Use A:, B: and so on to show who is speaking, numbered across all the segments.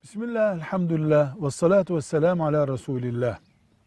A: Bismillah, elhamdülillah, ve salatu ve selamu ala Resulillah.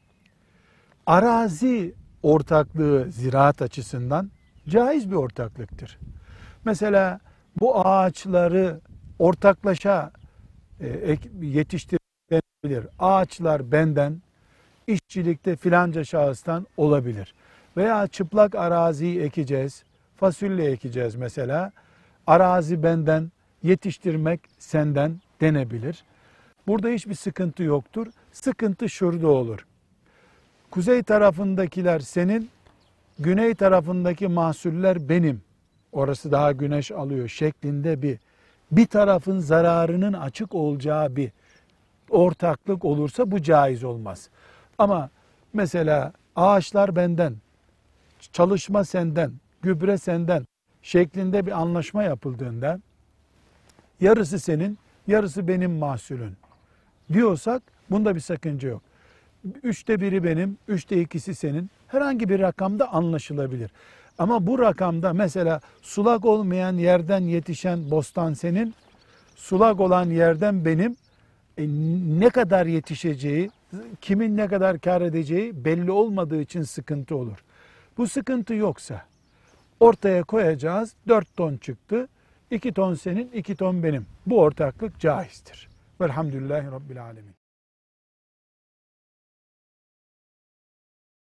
A: Arazi ortaklığı ziraat açısından caiz bir ortaklıktır. Mesela bu ağaçları ortaklaşa yetiştirilebilir. Ağaçlar benden, işçilikte filanca şahıstan olabilir. Veya çıplak araziyi ekeceğiz, fasulye ekeceğiz mesela. Arazi benden, yetiştirmek senden denebilir. Burada hiçbir sıkıntı yoktur. Sıkıntı şurada olur. Kuzey tarafındakiler senin, güney tarafındaki mahsuller benim. Orası daha güneş alıyor şeklinde bir tarafın zararının açık olacağı bir ortaklık olursa bu caiz olmaz. Ama mesela ağaçlar benden, çalışma senden, gübre senden şeklinde bir anlaşma yapıldığında yarısı senin, yarısı benim mahsulün diyorsak bunda bir sakınca yok. 1/3 benim, 2/3 senin. Herhangi bir rakamda anlaşılabilir. Ama bu rakamda mesela sulak olmayan yerden yetişen bostan senin, sulak olan yerden benim. Ne kadar yetişeceği, kimin ne kadar kar edeceği belli olmadığı için sıkıntı olur. Bu sıkıntı yoksa ortaya koyacağız. 4 ton çıktı. 2 ton senin, 2 ton benim. Bu ortaklık caizdir. Velhamdülillahi Rabbil Alemin.